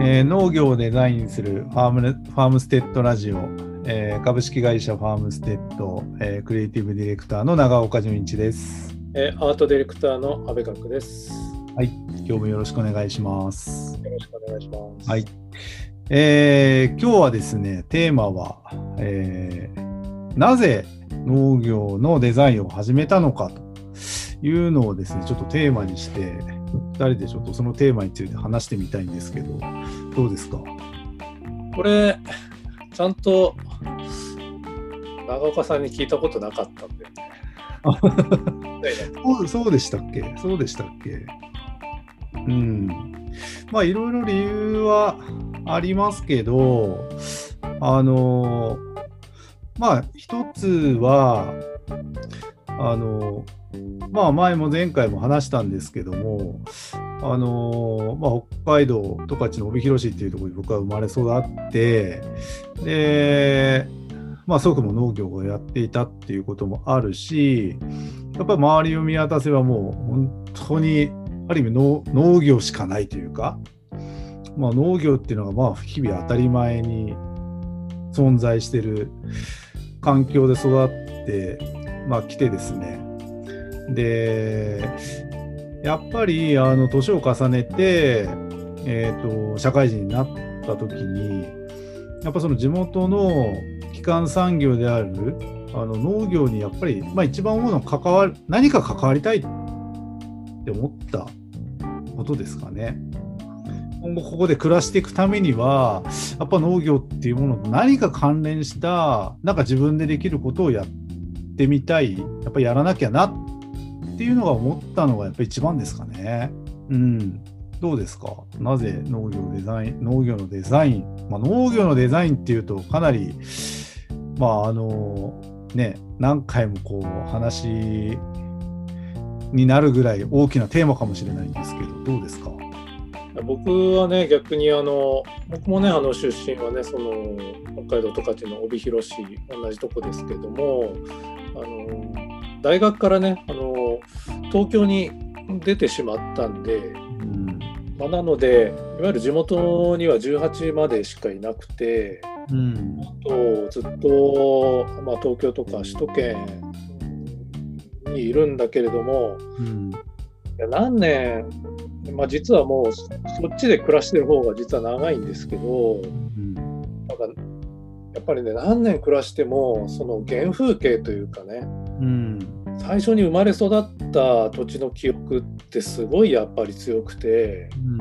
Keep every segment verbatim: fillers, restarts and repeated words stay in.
えー農業をデザインするファームレ、ファームステッドラジオ、えー株式会社ファームステッド、えークリエイティブディレクターの長岡純一です。 えーアートディレクターの阿部角です。 はい、今日もよろしくお願いします。 よろしくお願いします。 はい、えー今日はですね、テーマは、えーなぜ農業のデザインを始めたのかというのをですね、ちょっとテーマにして、ふたりでちょっとそのテーマについて話してみたいんですけど、どうですか？ これちゃんと長岡さんに聞いたことなかったんで、 そう、そうでしたっけそうでしたっけうん。まあいろいろ理由はありますけど、あのまあ一つはあのまあ前も前回も話したんですけども、あのまあ北海道十勝の帯広市っていうところに僕は生まれ育って、で、まあ祖父も農業をやっていたっていうこともあるし、やっぱり周りを見渡せばもう本当にある意味農、農業しかないというか、まあ、農業っていうのがまあ日々当たり前に存在している環境で育ってまあ来てですね、でやっぱりあの年を重ねて、えーと、社会人になった時にやっぱその地元の基幹産業であるあの農業にやっぱり、まあ、一番思うのは関わる何か関わりたいって思ったことですかね。今後ここで暮らしていくためにはやっぱ農業っていうものと何か関連したなんか自分でできることをやってみたい、やっぱりやらなきゃなっていうのが思ったのがやっぱり一番ですかね。うん、どうですか？なぜ農業デザイン農業のデザイン、まあ、農業のデザインっていうとかなりまああのね何回もこう話になるぐらい大きなテーマかもしれないんですけど、どうですか？ 僕はね逆にあの僕もねあの出身はねその北海道十勝の帯広市同じとこですけども、あの大学からねあの東京に出てしまったんで、うんまあ、なのでいわゆる地元にはじゅうはちまでしかいなくて、うん、あとずっと、まあ、東京とか首都圏にいるんだけれども、うん、いや何年まあ、実はもうそっちで暮らしてる方が実は長いんですけど、うん、なんかやっぱりね何年暮らしてもその原風景というかね、うん、最初に生まれ育った土地の記憶ってすごいやっぱり強くて、うん、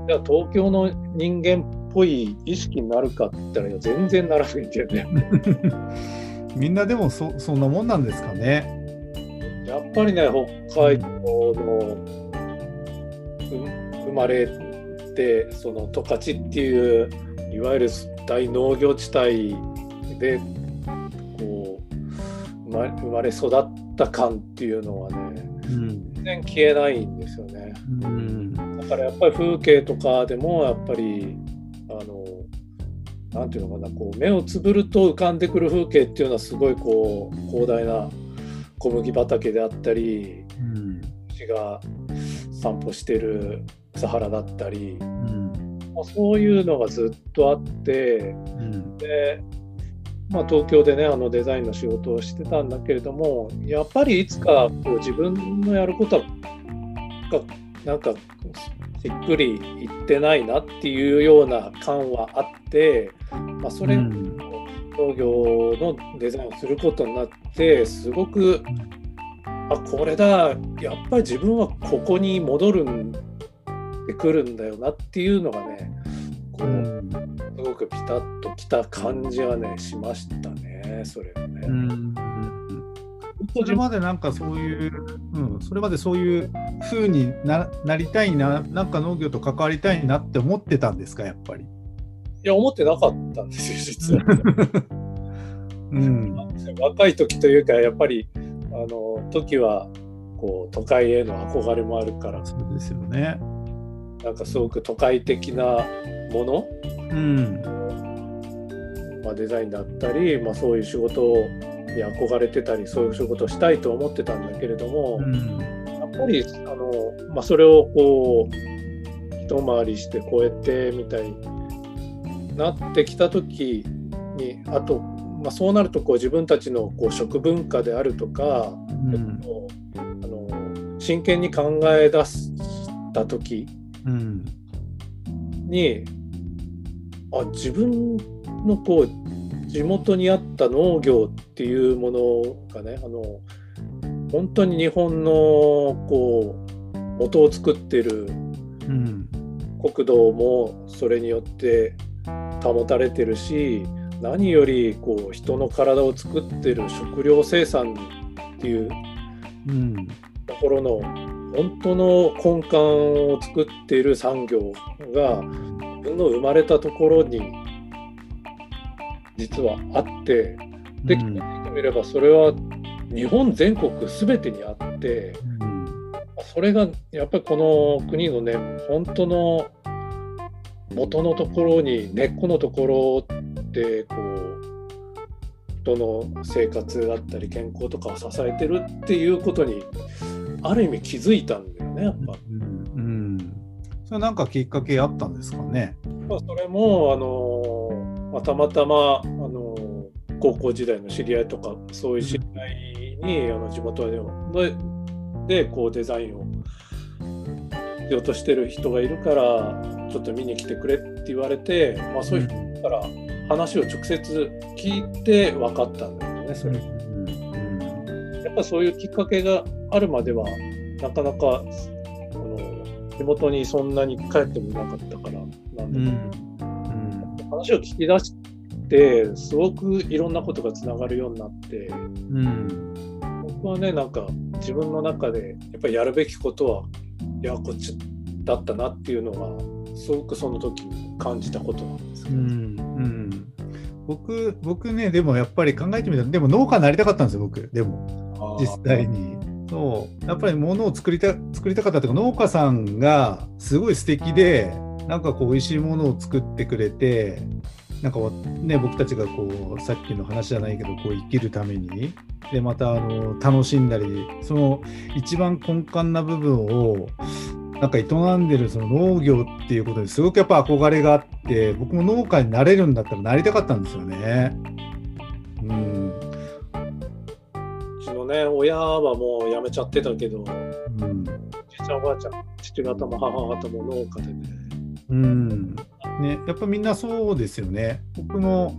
じゃあ東京の人間っぽい意識になるかって言ったらいや全然ならないんだよねみんなでも そ, そんなもんなんですかね。 やっぱりね北海道の生まれてその十勝っていういわゆる大農業地帯でこう生まれ、生まれ育った感っていうのはね、うん、全然消えないんですよね、うん、だからやっぱり風景とかでもやっぱりあのなんていうのかなこう目をつぶると浮かんでくる風景っていうのはすごいこう広大な小麦畑であったり、うん、牛が散歩してる草原だったり、うんまあ、そういうのがずっとあって、うん、で、まあ、東京でねあのデザインの仕事をしてたんだけれどもやっぱりいつかこう自分のやることがなんかしっくりいってないなっていうような感はあって、まあ、それを農業のデザインをすることになってすごくあこれだやっぱり自分はここに戻るんでくるんだよなっていうのがねこうすごくピタッときた感じはねしましたねそれはね、うん、 それまでなんかそういう、うん、それまでそういう風に な, なりたいななんか農業と関わりたいなって思ってたんですかやっぱり。 いや思ってなかったんですよ実は、うん、若い時というかやっぱりあの時はこう都会への憧れもあるからそうですよねなんかすごく都会的なもの、うんまあ、デザインだったり、まあ、そういう仕事に憧れてたりそういう仕事をしたいと思ってたんだけれども、うん、やっぱりあの、まあ、それをこう一回りして超えてみたいになってきた時に、あと、まあ、そうなるとこう自分たちのこう食文化であるとか、うん、あの真剣に考え出した時に、うん、あ自分のこう地元にあった農業っていうものがね、あの本当に日本のこう元を作ってる国土もそれによって保たれてるし、何よりこう人の体を作ってる食料生産っていうところの本当の根幹を作っている産業が自分の生まれたところに実はあって、で気づいてみればそれは日本全国全てにあって、それがやっぱりこの国のね本当の元のところに、根っこのところでこう人の生活だったり健康とかを支えてるっていうことにある意味気づいたんだよね、やっぱ。 うんうん、それなんかきっかけあったんですかね。 まあ、それもあの、まあ、たまたまあの高校時代の知り合いとかそういう知り合いに、うん、あの地元ででこうデザインをしようとしてる人がいるからちょっと見に来てくれって言われて、まあ、そういう人から話を直接聞いて分かったんだよね、それ。うんうん、やっぱそういうきっかけがあるまではなかなかあの地元にそんなに帰ってもいなかったからなんだけど、うんうん、話を聞き出してすごくいろんなことがつながるようになって、うん、僕はねなんか自分の中でやっぱりやるべきことはいやこっちだったなっていうのがすごくその時に感じたことなんですけど、うんうん、 僕, 僕ねでもやっぱり考えてみたらでも農家になりたかったんですよ僕。でも実際にそうやっぱり物を作りた作りたかったというか農家さんがすごい素敵でなんかこう美味しいものを作ってくれてなんかね僕たちがこうさっきの話じゃないけどこう生きるためにでまたあの楽しんだりその一番根幹な部分をなんか営んでるその農業っていうことにすごくやっぱ憧れがあって僕も農家になれるんだったらなりたかったんですよね。うん、 うちのね親はもう辞めちゃってたけど、うん、じいちゃんおばあちゃん父方も母方も農家でね、 うんね、やっぱみんなそうですよね。僕も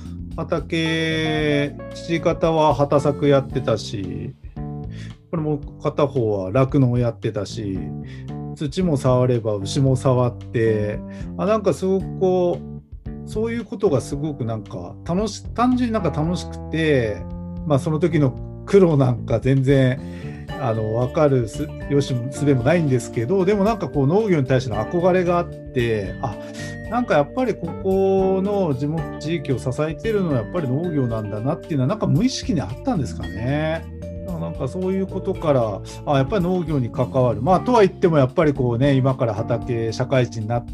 畑父方は畑作やってたしこれも片方は酪農やってたし土も触れば牛も触ってあなんかすごくこうそういうことがすごくなんか楽し単純になんか楽しくてまあその時の苦労なんか全然あの分かるすよしすべもないんですけどでもなんかこう農業に対しての憧れがあってあなんかやっぱりここの地元地域を支えてるのはやっぱり農業なんだなっていうのはなんか無意識にあったんですかね。なんかそういうことからあやっぱり農業に関わるまあとは言ってもやっぱりこうね今から畑社会人になって、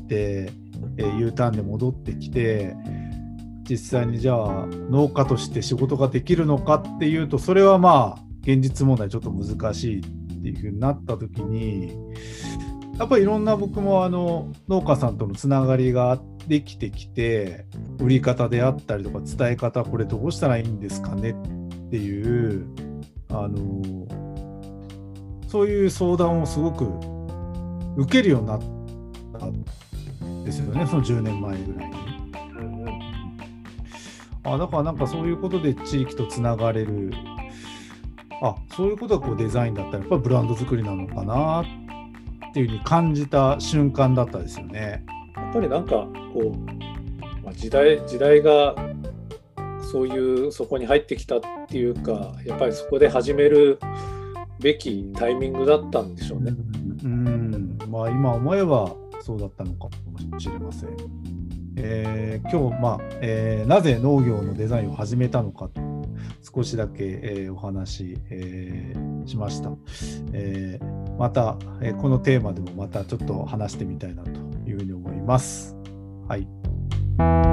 えー、U ターンで戻ってきて実際にじゃあ農家として仕事ができるのかっていうとそれはまあ現実問題ちょっと難しいっていう風になった時にやっぱりいろんな僕もあの農家さんとのつながりができてきて売り方であったりとか伝え方これどうしたらいいんですかねっていうあのそういう相談をすごく受けるようになったんですよねそのじゅうねんまえぐらいに、うんうん、あだからなんかそういうことで地域とつながれるあそういうことがこうデザインだったらやっぱりブランド作りなのかなっていうふうに感じた瞬間だったですよね。 やっぱりなんかこう、まあ、時代時代がそういうそこに入ってきたっていうかやっぱりそこで始めるべきタイミングだったんでしょうね。 うん、うんまあ今思えばそうだったのかもしれません。えー、今日、まあえー、なぜ農業のデザインを始めたのかと少しだけ、えー、お話、えー、しました。えー、また、えー、このテーマでもまたちょっと話してみたいなというふうに思います。はい。